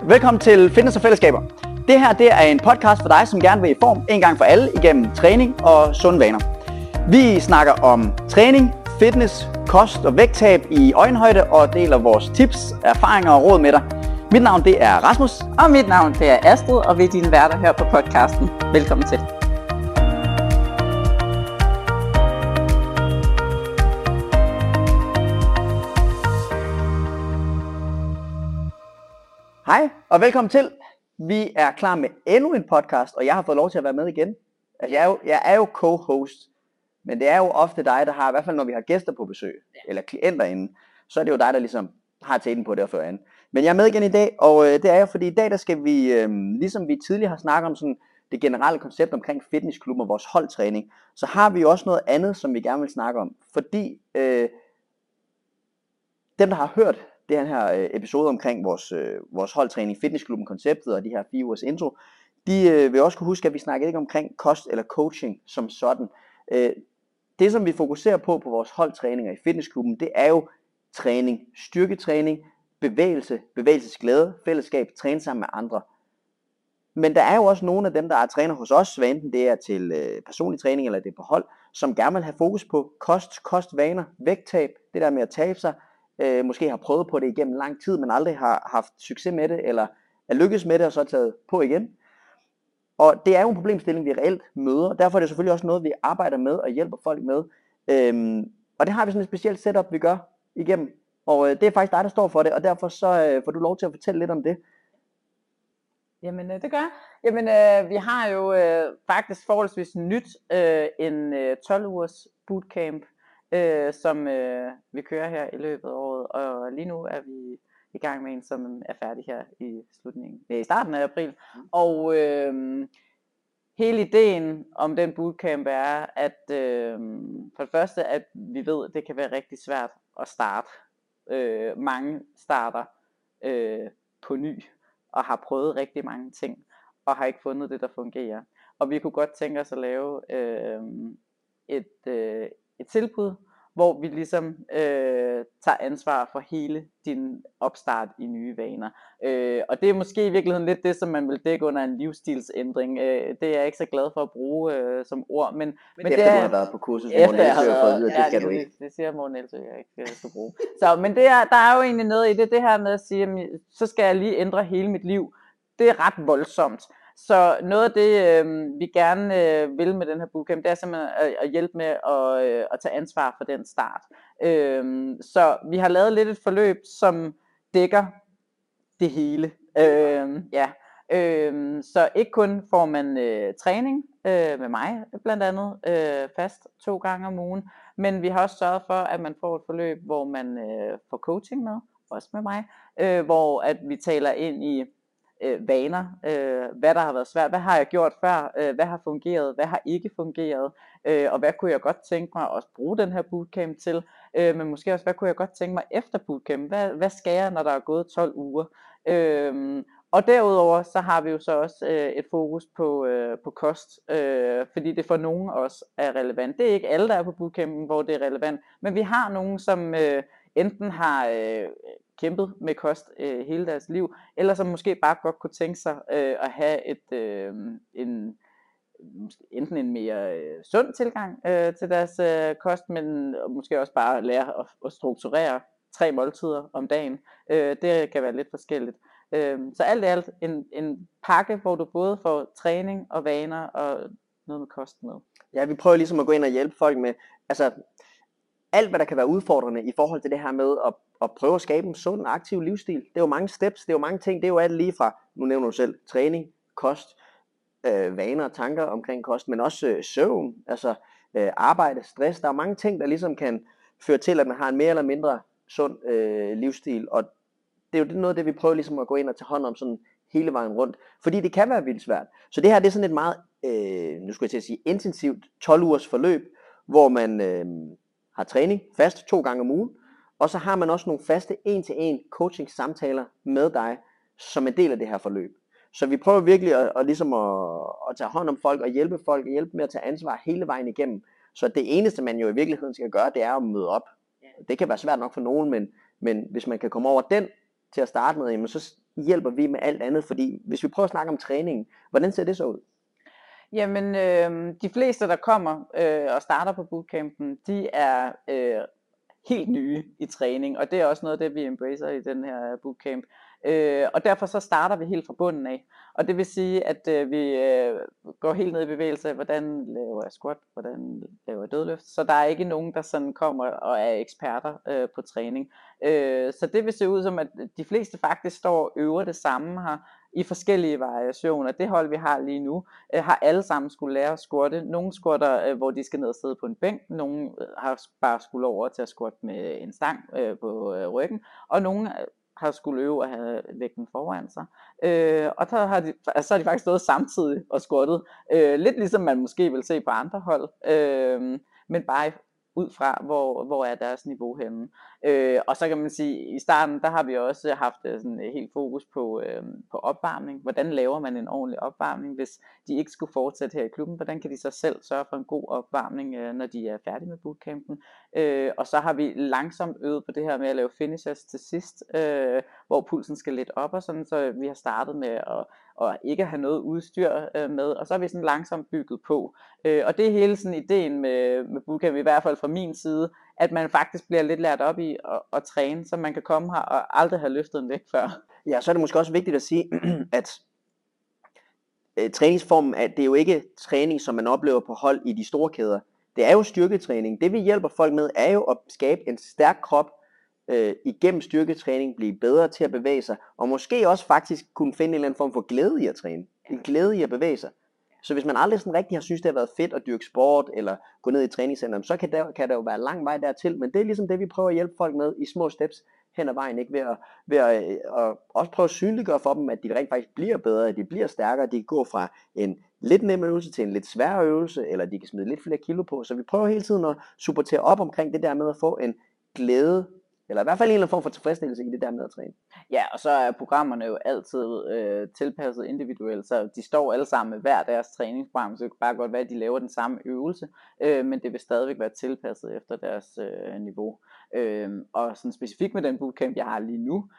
Velkommen til Fitness og Fællesskaber. Det her er en podcast for dig, som gerne vil i form en gang for alle igennem træning og sunde vaner. Vi snakker om træning, fitness, kost og vægttab i øjenhøjde og deler vores tips, erfaringer og råd med dig. Mit navn det er Rasmus. Og mit navn det er Astrid, og vi er dine værter her på podcasten. Velkommen til. Hej og velkommen til. Vi er klar med endnu en podcast, og jeg har fået lov til at være med igen. Altså, jeg er jo co-host, men det er jo ofte dig, der har, i hvert fald når vi har gæster på besøg, eller klienter inde, så er det jo dig, der ligesom har teten på det at føre an. Men jeg er med igen i dag, og det er jo fordi i dag, der skal vi, ligesom vi tidligere har snakket om sådan det generelle koncept omkring fitnessklubben og vores holdtræning, så har vi jo også noget andet, som vi gerne vil snakke om. Fordi dem, der har hørt det her episode omkring vores holdtræning, fitnessklubben, konceptet og de her 4 ugers intro, de vil også kunne huske, at vi snakkede ikke omkring kost eller coaching som sådan. Det, som vi fokuserer på vores holdtræninger i fitnessklubben, det er jo træning, styrketræning, bevægelse, bevægelsesglæde, fællesskab, træne sammen med andre. Men der er jo også nogle af dem, der er træner hos os, hvad enten det er til personlig træning eller det er på hold, som gerne vil have fokus på kostvaner, vægttab, det der med at tabe sig, måske har prøvet på det igennem lang tid, men aldrig har haft succes med det, eller er lykkes med det og så taget på igen. Og det er jo en problemstilling, vi reelt møder, og derfor er det selvfølgelig også noget, vi arbejder med og hjælper folk med. Og det har vi sådan et specielt setup, vi gør igennem. Og det er faktisk dig, der står for det, og derfor så får du lov til at fortælle lidt om det. Jamen det gør jeg. Jamen vi har jo faktisk forholdsvis nyt en 12 ugers bootcamp, som vi kører her i løbet af året, og lige nu er vi i gang med en, som er færdig her i starten af april. Og hele ideen om den bootcamp er, at for det første, at vi ved, at det kan være rigtig svært at starte. Mange starter på ny og har prøvet rigtig mange ting og har ikke fundet det, der fungerer. Og vi kunne godt tænke os at lave et tilbud, hvor vi ligesom tager ansvar for hele din opstart i nye vaner. Og det er måske i virkeligheden lidt det, som man vil dække under en livsstilsændring. Det er jeg ikke så glad for at bruge som ord. Men efter det er, du har været på kursus, hvor Morten Elsø har fået at vide, det skal du ikke. Det siger Morten Elsø, jeg ikke skal bruge. Så, men der er jo egentlig noget i det her med at sige, at så skal jeg lige ændre hele mit liv. Det er ret voldsomt. Så noget af det, vi gerne vil med den her bootcamp, det er simpelthen at hjælpe med at tage ansvar for den start. Så vi har lavet lidt et forløb, som dækker det hele. Så ikke kun får man træning med mig blandt andet fast 2 gange om ugen, men vi har også sørget for, at man får et forløb, hvor man får coaching med, også med mig, hvor at vi taler ind i vaner, hvad der har været svært, hvad har jeg gjort før, hvad har fungeret, hvad har ikke fungeret, og hvad kunne jeg godt tænke mig at bruge den her bootcamp til, men måske også, hvad kunne jeg godt tænke mig efter bootcamp, hvad skal jeg, når der er gået 12 uger, og derudover så har vi jo så også et fokus på kost, fordi det for nogen også er relevant. Det er ikke alle, der er på bootcampen, hvor det er relevant, men vi har nogen, som enten har kæmpet med kost hele deres liv, eller som måske bare godt kunne tænke sig at have enten en mere sund tilgang til deres kost, men måske også bare lære at strukturere 3 måltider om dagen. Det kan være lidt forskelligt. Så alt i alt en pakke, hvor du både får træning og vaner og noget med kost med. Ja, vi prøver ligesom at gå ind og hjælpe folk med, altså alt hvad der kan være udfordrende i forhold til det her med at prøve at skabe en sund og aktiv livsstil. Det er jo mange steps, det er jo mange ting, det er jo alt lige fra, nu nævner du selv, træning, kost, vaner og tanker omkring kost, men også søvn, altså arbejde, stress. Der er mange ting, der ligesom kan føre til, at man har en mere eller mindre sund livsstil, og det er jo noget af det, vi prøver ligesom at gå ind og tage hånd om sådan hele vejen rundt, fordi det kan være vildt svært. Så det her, det er sådan et meget, nu skulle jeg til at sige, intensivt 12 ugers forløb, hvor man har træning fast 2 gange om ugen, og så har man også nogle faste 1-til-1 coaching samtaler med dig, som en del af det her forløb. Så vi prøver virkelig at ligesom at tage hånd om folk og hjælpe med at tage ansvar hele vejen igennem. Så det eneste, man jo i virkeligheden skal gøre, det er at møde op. Det kan være svært nok for nogen, men hvis man kan komme over den til at starte med, jamen hjælper vi med alt andet? Fordi hvis vi prøver at snakke om træningen, hvordan ser det så ud? Jamen, de fleste, der kommer og starter på bootcampen, de er helt nye i træning, og det er også noget af det, vi embracer i den her bootcamp. Og derfor så starter vi helt fra bunden af. Og det vil sige, at vi går helt ned i bevægelse af, hvordan laver jeg squat, hvordan laver jeg dødløft. Så der er ikke nogen, der sådan kommer og er eksperter på træning. Så det vil se ud som, at de fleste faktisk står og øver det samme her i forskellige variationer. Det hold, vi har lige nu, har alle sammen skulle lære at squatte. Nogle squatter, hvor de skal ned og sidde på en bænk. Nogle har bare skulle over til at squatte med en stang på ryggen. Og nogle har skulle øve at have vægten foran sig. Og så har de faktisk stået samtidig og squattet. Lidt ligesom man måske vil se på andre hold. Men bare ud fra, hvor er deres niveau henne. Og så kan man sige, i starten, der har vi også haft sådan helt fokus på opvarmning. Hvordan laver man en ordentlig opvarmning, hvis de ikke skulle fortsætte her i klubben? Hvordan kan de så selv sørge for en god opvarmning, når de er færdige med bootcampen? Og så har vi langsomt øvet på det her med at lave finishes til sidst, hvor pulsen skal lidt op og sådan, så vi har startet med at ikke have noget udstyr med, og så har vi sådan langsomt bygget på. Og det er hele sådan ideen med bootcamp, i hvert fald fra min side, at man faktisk bliver lidt lært op i at træne, så man kan komme her og aldrig have løftet en vægt før. Ja, så er det måske også vigtigt at sige, at træningsformen, det er jo ikke træning, som man oplever på hold i de store kæder. Det er jo styrketræning. Det vi hjælper folk med, er jo at skabe en stærk krop igennem styrketræning, blive bedre til at bevæge sig, og måske også faktisk kunne finde en eller anden form for glæde i at træne. En glæde i at bevæge sig. Så hvis man aldrig sådan rigtig har synes, det har været fedt at dyrke sport, eller gå ned i træningscenteret, så kan der jo være lang vej dertil, men det er ligesom det, vi prøver at hjælpe folk med i små steps hen ad vejen, ikke? Ved at også prøve at synliggøre for dem, at de rent faktisk bliver bedre, at de bliver stærkere, de kan gå fra en lidt nem øvelse til en lidt svær øvelse, eller de kan smide lidt flere kilo på, så vi prøver hele tiden at supportere op omkring det der med at få en glæde, eller i hvert fald en eller anden form for tilfredsstillelse i det der med at træne. Ja, og så er programmerne jo altid tilpasset individuelt, så de står alle sammen med hver deres træningsprogram, så det kan bare godt være, at de laver den samme øvelse, men det vil stadigvæk være tilpasset efter deres niveau. Og sådan specifikt med den bootcamp, jeg har lige nu,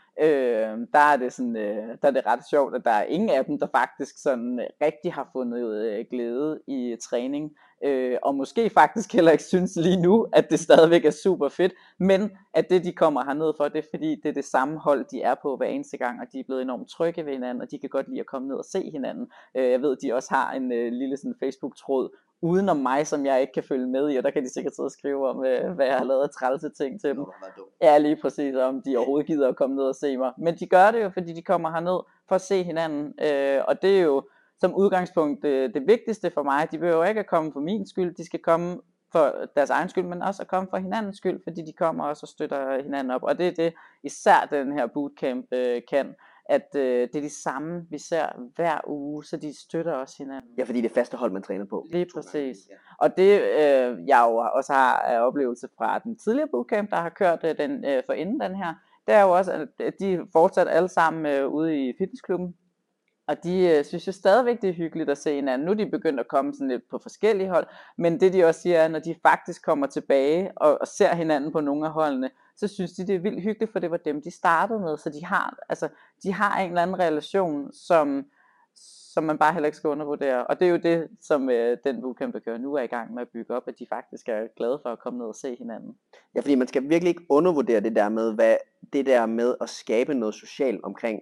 der er det ret sjovt, at der er ingen af dem, der faktisk sådan rigtig har fundet glæde i træning, og måske faktisk heller ikke synes lige nu, at det stadigvæk er super fedt, men at det de kommer herned for, det er fordi det er det samme hold de er på hver eneste gang, og de er blevet enormt trygge ved hinanden, og de kan godt lide at komme ned og se hinanden. Jeg ved, de også har en lille sådan Facebook-tråd udenom mig, som jeg ikke kan følge med i, og der kan de sikkert sidde og skrive om, hvad jeg har lavet af trælse ting til dem. Ja, lige præcis, om de overhovedet gider at komme ned og se mig. Men de gør det jo, fordi de kommer herned for at se hinanden, og det er jo som udgangspunkt det vigtigste for mig. De behøver ikke at komme for min skyld, de skal komme for deres egen skyld, men også at komme for hinandens skyld, fordi de kommer også og støtter hinanden op. Og det er det, især den her bootcamp kan, at det er de samme, vi ser hver uge, så de støtter også hinanden. Ja, fordi det er faste hold, man træner på. Lige præcis. Og det, jeg jo også har af oplevelse fra den tidligere bootcamp, der har kørt den for inden den her, det er jo også, at de fortsat alle sammen ude i fitnessklubben. Og de synes jo stadigvæk, det er hyggeligt at se hinanden. Nu er de begyndt at komme sådan lidt på forskellige hold, men det de også siger, er, når de faktisk kommer tilbage og ser hinanden på nogle af holdene, så synes de, det er vildt hyggeligt, for det var dem, de startede med. Så de har en eller anden relation, som man bare heller ikke skal undervurdere. Og det er jo det, som den bootcamp, der kører nu, er i gang med at bygge op, at de faktisk er glade for at komme ned og se hinanden. Ja, fordi man skal virkelig ikke undervurdere det der med at skabe noget socialt omkring,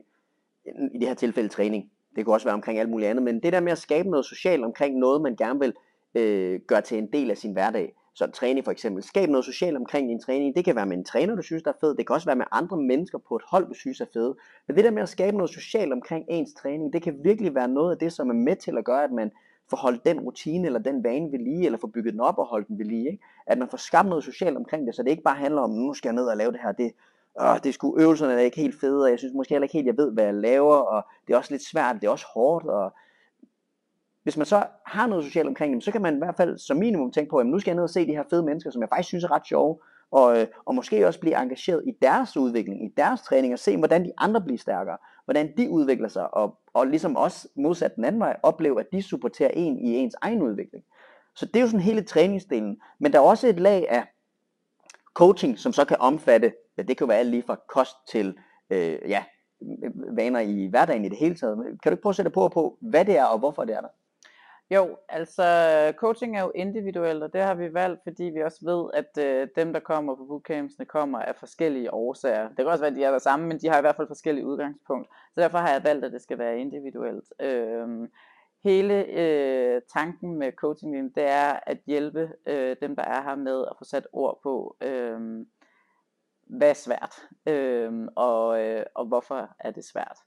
i det her tilfælde træning. Det kunne også være omkring alt muligt andet, men det der med at skabe noget socialt omkring noget, man gerne vil gøre til en del af sin hverdag. Så træning for eksempel. Skab noget socialt omkring din træning. Det kan være med en træner, du synes, der er fed. Det kan også være med andre mennesker på et hold, du synes er fede. Men det der med at skabe noget socialt omkring ens træning, det kan virkelig være noget af det, som er med til at gøre, at man får holdt den rutine eller den vane ved lige, eller får bygget den op og holdt den ved lige. Ikke? At man får skabt noget socialt omkring det, så det ikke bare handler om, nu skal jeg ned og lave det her. Det er sgu øvelserne er ikke helt fede, og jeg synes måske heller ikke helt, jeg ved, hvad jeg laver, og det er også lidt svært, det er også hårdt, og hvis man så har noget socialt omkring dem, så kan man i hvert fald som minimum tænke på, at nu skal jeg ned og se de her fede mennesker, som jeg faktisk synes er ret sjove, og måske også blive engageret i deres udvikling, i deres træning, og se, hvordan de andre bliver stærkere, hvordan de udvikler sig, og ligesom også modsat den anden vej, opleve, at de supporterer en i ens egen udvikling. Så det er jo sådan hele træningsdelen, men der er også et lag af coaching, som så kan omfatte, ja, det kan jo være alt lige fra kost til vaner i hverdagen i det hele taget. Kan du ikke prøve at sætte på, hvad det er, og hvorfor det er der? Jo, altså coaching er jo individuelt, og det har vi valgt, fordi vi også ved, at dem, der kommer på bootcampsene, kommer af forskellige årsager. Det kan også være, at de er der samme, men de har i hvert fald forskellige udgangspunkt. Så derfor har jeg valgt, at det skal være individuelt. Hele tanken med coaching, det er at hjælpe dem, der er her med at få sat ord på, hvad er svært, og hvorfor er det svært.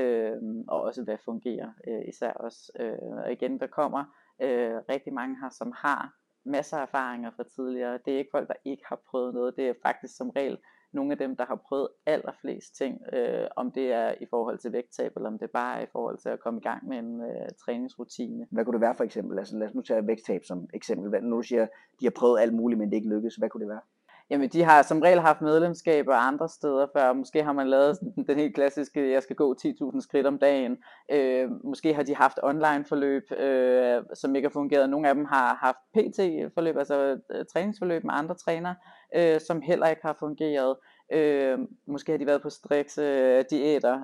Og også hvad fungerer, især også. Og igen, der kommer rigtig mange her, som har masser af erfaringer fra tidligere. Det er ikke folk, der ikke har prøvet noget. Det er faktisk som regel nogle af dem, der har prøvet allerflest ting, om det er i forhold til vægttab, eller om det bare er i forhold til at komme i gang med en træningsrutine. Hvad kunne det være for eksempel? Altså, lad os nu tage vægttab som eksempel. Når du siger, de har prøvet alt muligt, men det ikke lykkedes, hvad kunne det være? Jamen, de har som regel haft medlemskaber andre steder før. Måske har man lavet den helt klassiske, jeg skal gå 10.000 skridt om dagen. Måske har de haft online forløb, som ikke har fungeret. Nogle af dem har haft PT-forløb, altså træningsforløb med andre trænere, som heller ikke har fungeret. Måske har de været på strikse diæter.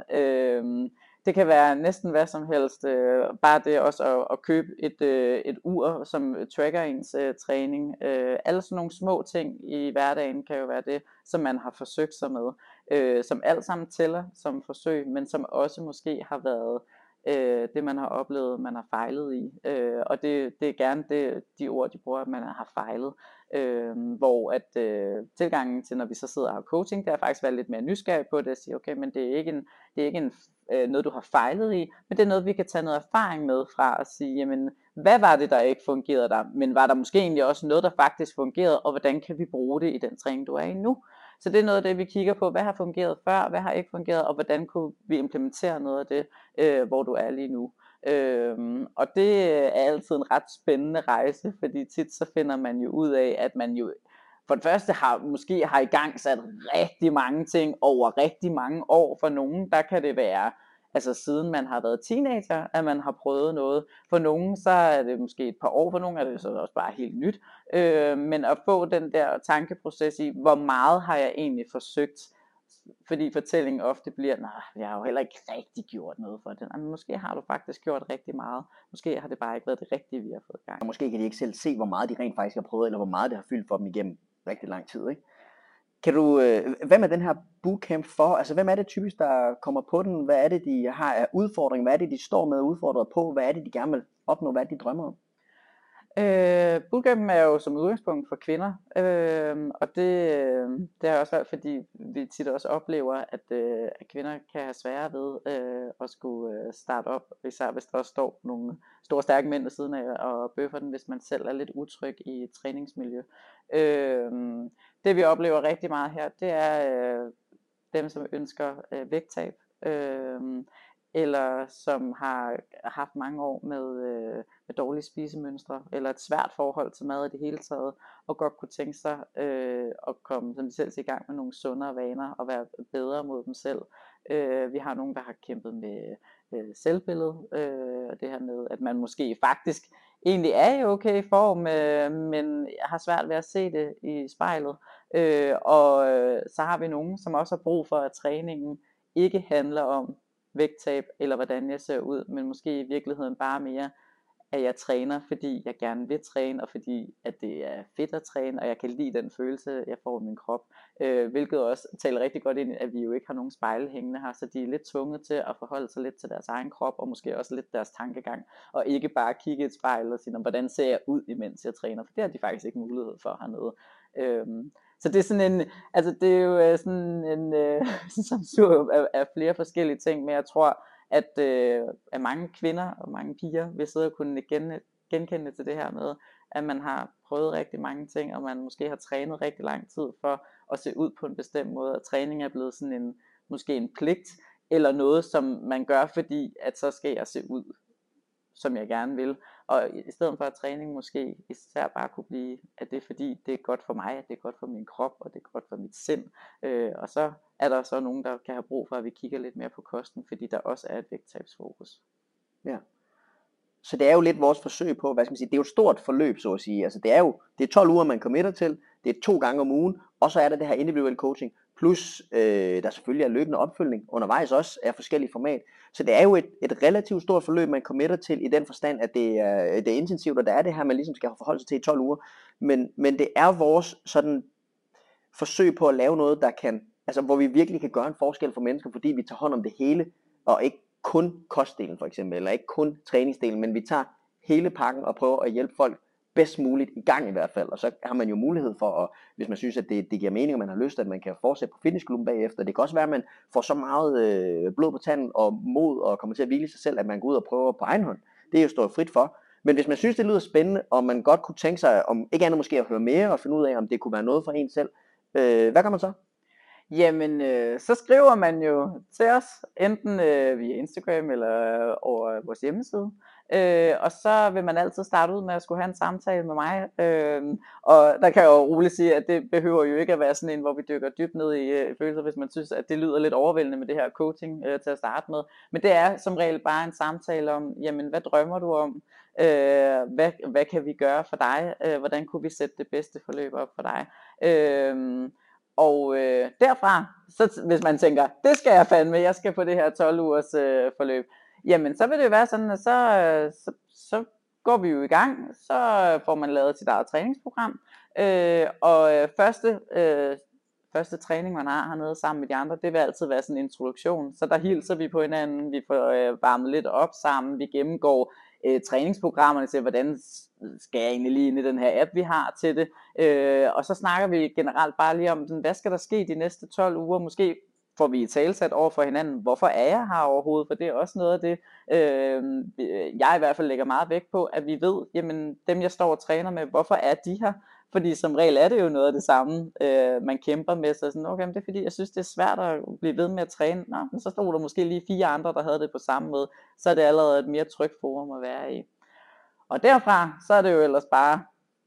Det kan være næsten hvad som helst. Bare det også at købe et ur, som tracker ens træning. Alle sådan nogle små ting i hverdagen kan jo være det, som man har forsøgt sig med. Som alt sammen tæller som forsøg, men som også måske har været det, man har oplevet, man har fejlet i. Og det er gerne de ord, de bruger, at man har fejlet. Hvor at tilgangen til, når vi så sidder og har coaching, det er faktisk været lidt mere nysgerrig på det, at sige, okay, men det er ikke noget, du har fejlet i, men det er noget, vi kan tage noget erfaring med fra at sige, jamen, hvad var det, der ikke fungerede der, men var der måske egentlig også noget, der faktisk fungerede, og hvordan kan vi bruge det i den træning, du er i nu? Så det er noget af det, vi kigger på, hvad har fungeret før, hvad har ikke fungeret, og hvordan kunne vi implementere noget af det, hvor du er lige nu. Og det er altid en ret spændende rejse, fordi tit så finder man jo ud af, at man jo for det første måske har i gang sat rigtig mange ting over rigtig mange år. For nogen, der kan det være, altså siden man har været teenager, at man har prøvet noget. For nogen, så er det måske et par år, for nogen er det så også bare helt nyt. Men at få den der tankeproces i, hvor meget har jeg egentlig forsøgt, fordi fortællingen ofte bliver, nej, jeg har jo heller ikke rigtig gjort noget for det. Men måske har du faktisk gjort rigtig meget. Måske har det bare ikke været det rigtige, vi har fået i gang. Og måske kan de ikke selv se, hvor meget de rent faktisk har prøvet, eller hvor meget det har fyldt for dem igennem rigtig lang tid, ikke? Kan du, hvem er den her bootcamp for? Altså, hvem er det typisk, der kommer på den? Hvad er det, de har af udfordringer? Hvad er det, de står med udfordret på? Hvad er det, de gerne vil opnå? Hvad er det, de drømmer om? Bootcampen er jo som udgangspunkt for kvinder, og det er også valgt, fordi vi tit også oplever, at kvinder kan have sværere ved at skulle starte op, især hvis der også står nogle store stærke mænd ved siden af og bøffer den, hvis man selv er lidt utryg i et træningsmiljø. Det vi oplever rigtig meget her, det er dem, som ønsker vægttab, eller som har haft mange år med dårlige spisemønstre, eller et svært forhold til mad i det hele taget, og godt kunne tænke sig at komme, som de selv siger, i gang med nogle sundere vaner, og være bedre mod dem selv. Vi har nogen, der har kæmpet med selvbillede, og det her med, at man måske faktisk egentlig er i okay form, men har svært ved at se det i spejlet. Og så har vi nogen, som også har brug for, at træningen ikke handler om vægttab, eller hvordan jeg ser ud, men måske i virkeligheden bare mere, at jeg træner, fordi jeg gerne vil træne, og fordi at det er fedt at træne, og jeg kan lide den følelse, jeg får i min krop, hvilket også taler rigtig godt ind, at vi jo ikke har nogen spejle hængende her, så de er lidt tvunget til at forholde sig lidt til deres egen krop, og måske også lidt deres tankegang, og ikke bare kigge i et spejl og sige, hvordan ser jeg ud, imens jeg træner, for det har de faktisk ikke mulighed for hernede. Så det er sådan en, altså det er jo sådan en samsur af flere forskellige ting, men jeg tror, at mange kvinder og mange piger vil sidde og kunne genkende til det her med, at man har prøvet rigtig mange ting, og man måske har trænet rigtig lang tid for at se ud på en bestemt måde, og træning er blevet sådan måske en pligt, eller noget, som man gør, fordi at så skal jeg se ud, som jeg gerne vil. Og i stedet for at træning måske især bare kunne blive, at det er fordi, det er godt for mig, at det er godt for min krop, og det er godt for mit sind. Og så er der så nogen, der kan have brug for, at vi kigger lidt mere på kosten, fordi der også er et vægttabsfokus. Ja. Så det er jo lidt vores forsøg på, hvad skal man sige, det er jo et stort forløb, så at sige. Altså det er 12 uger, man committer til. Det er 2 gange om ugen, og så er der det her individuelle coaching, plus der selvfølgelig er løbende opfølgning undervejs også af forskellige format. Så det er jo et relativt stort forløb, man committer til i den forstand, at det er intensivt, og der er det her, man ligesom skal forholde sig til i 12 uger. Men det er vores sådan forsøg på at lave noget, der kan, altså hvor vi virkelig kan gøre en forskel for mennesker, fordi vi tager hånd om det hele, og ikke kun kostdelen for eksempel, eller ikke kun træningsdelen, men vi tager hele pakken og prøver at hjælpe folk bedst muligt i gang i hvert fald. Og så har man jo mulighed for, at, hvis man synes, at det giver mening, og man har lyst, at man kan fortsætte på fitnessklubben bagefter. Det kan også være, at man får så meget blod på tanden og mod og kommer til at hvile sig selv, at man går ud og prøver på egen hånd. Det er jo stået frit for. Men hvis man synes, det lyder spændende, og man godt kunne tænke sig, om ikke andet måske at høre mere og finde ud af, om det kunne være noget for en selv, hvad gør man så? Jamen, så skriver man jo til os, enten via Instagram eller over vores hjemmeside. Og så vil man altid starte ud med at skulle have en samtale med mig. Og der kan jeg jo roligt sige, at det behøver jo ikke at være sådan en, hvor vi dykker dybt ned i følelser, hvis man synes, at det lyder lidt overvældende med det her coaching til at starte med. Men det er som regel bare en samtale om, jamen, hvad drømmer du om? Hvad kan vi gøre for dig? Hvordan kunne vi sætte det bedste forløb op for dig? Og derfra, så hvis man tænker, det skal jeg fandme, jeg skal på det her 12 ugers forløb, jamen så vil det jo være sådan, at så går vi jo i gang, så får man lavet sit eget træningsprogram, og første træning man har hernede sammen med de andre, det vil altid være sådan en introduktion, så der hilser vi på hinanden, vi får varmet lidt op sammen, vi gennemgår træningsprogrammerne til, hvordan skal jeg egentlig lige ind i den her app, vi har til det, og så snakker vi generelt bare lige om, hvad skal der ske de næste 12 uger, måske får vi talsat over for hinanden, hvorfor er jeg her overhovedet, for det er også noget af det, jeg i hvert fald lægger meget vægt på, at vi ved, jamen dem jeg står og træner med, hvorfor er de her, fordi som regel er det jo noget af det samme, man kæmper med, så sådan, okay, men det er fordi, jeg synes det er svært at blive ved med at træne, nå, men så stod der måske lige 4 andre, der havde det på samme måde, så er det allerede et mere trygt forum at være i. Og derfra, så er det jo ellers bare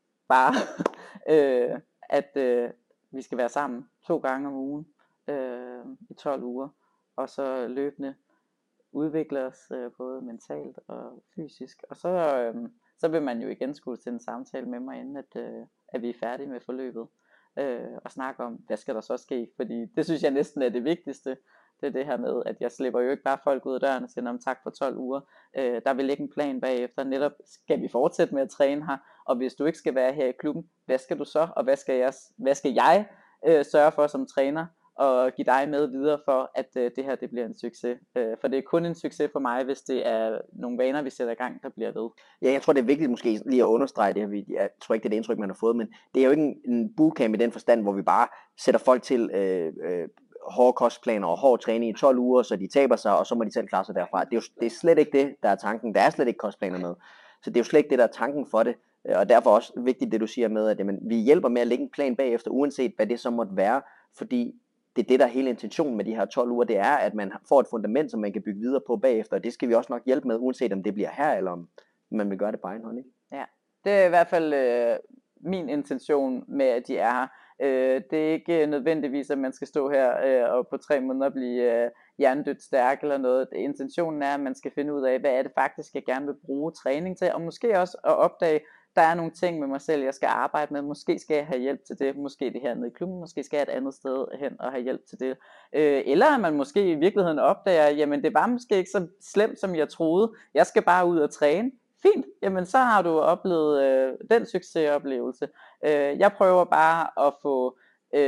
at vi skal være sammen 2 gange om ugen i 12 uger, og så løbende udvikle os både mentalt og fysisk, og så vil man jo igen skulle til en samtale med mig, inden at vi er færdige med forløbet, og snakke om, hvad skal der så ske, fordi det synes jeg næsten er det vigtigste. Det er det her med, at jeg slipper jo ikke bare folk ud af døren og siger om tak for 12 uger. Der vil ligge en plan bagefter. Netop skal vi fortsætte med at træne her, og hvis du ikke skal være her i klubben, hvad skal du så, og hvad skal jeg sørge for som træner, og give dig med videre for, at det her det bliver en succes. For det er kun en succes for mig, hvis det er nogle vaner, vi sætter i gang, der bliver ved. Ja, jeg tror, det er vigtigt måske lige at understrege det her. Jeg tror ikke, det er det indtryk, man har fået, men det er jo ikke en bootcamp i den forstand, hvor vi bare sætter folk til hårde kostplaner og hård træning i 12 uger, så de taber sig, og så må de selv klare sig derfra. Det er slet ikke det, der er tanken. Der er slet ikke kostplaner med. Så det er jo slet ikke det, der er tanken for det. Og derfor også vigtigt, det du siger med, at jamen, vi hjælper med at lægge en plan bagefter, uanset hvad det så måtte være, fordi det er det, der er hele intentionen med de her 12 uger, det er, at man får et fundament, som man kan bygge videre på bagefter, og det skal vi også nok hjælpe med, uanset om det bliver her, eller om man vil gøre det på egen hånd, ikke? Ja, det er i hvert fald min intention med, at de er her. Det er ikke nødvendigvis, at man skal stå her og på 3 måneder blive hjernedødt stærk eller noget. Intentionen er, at man skal finde ud af, hvad er det faktisk, jeg gerne vil bruge træning til, og måske også at opdage, der er nogle ting med mig selv, jeg skal arbejde med. Måske skal jeg have hjælp til det. Måske det her nede i klubben. Måske skal jeg et andet sted hen og have hjælp til det. Eller at man måske i virkeligheden opdager, jamen det var måske ikke så slemt, som jeg troede. Jeg skal bare ud og træne. Fint, jamen så har du oplevet den succesoplevelse. Jeg prøver bare at få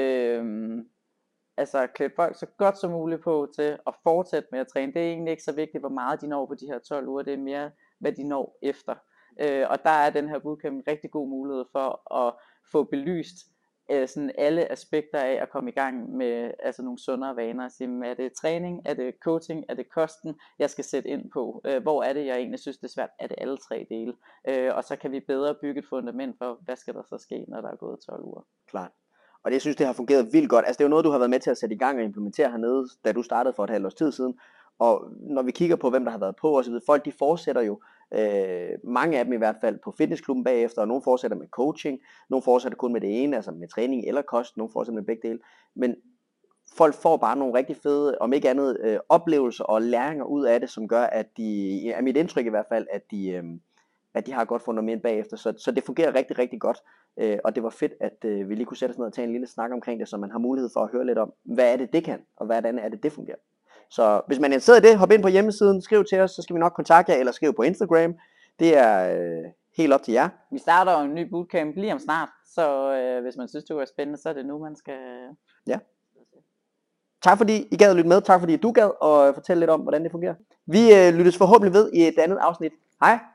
klædt folk så godt som muligt på til at fortsætte med at træne. Det er egentlig ikke så vigtigt, hvor meget de når på de her 12 uger. Det er mere, hvad de når efter. Og der er den her bootcamp en rigtig god mulighed for at få belyst sådan alle aspekter af at komme i gang med nogle sundere vaner. Så, er det træning, er det coaching, er det kosten, jeg skal sætte ind på? Hvor er det, jeg egentlig synes, det er svært? Er det alle 3 dele? Og så kan vi bedre bygge et fundament for, hvad skal der så ske, når der er gået 12 uger. Klart. Og det, jeg synes, det har fungeret vildt godt. Altså det er jo noget, du har været med til at sætte i gang og implementere hernede, da du startede for et halvt års tid siden. Og når vi kigger på, hvem der har været på osv., folk de fortsætter jo, mange af dem i hvert fald, på fitnessklubben bagefter, og nogle fortsætter med coaching, nogle fortsætter kun med det ene, altså med træning eller kost, nogle fortsætter med begge dele. Men folk får bare nogle rigtig fede, om ikke andet, oplevelser og læringer ud af det, som gør, at de, er mit indtryk i hvert fald, at de har et godt fundament bagefter, så det fungerer rigtig, rigtig godt. Og det var fedt, at vi lige kunne sætte os ned og tage en lille snak omkring det, så man har mulighed for at høre lidt om, hvad er det kan, og hvordan er det fungerer. Så hvis man er interesseret i det, hop ind på hjemmesiden, skriv til os, så skal vi nok kontakte jer, eller skriv på Instagram. Det er helt op til jer. Vi starter jo en ny bootcamp lige om snart, så hvis man synes, det var spændende, så er det nu, man skal... Ja. Tak fordi I gad at lytte med. Tak fordi du gad at fortælle lidt om, hvordan det fungerer. Vi lyttes forhåbentlig ved i et andet afsnit. Hej!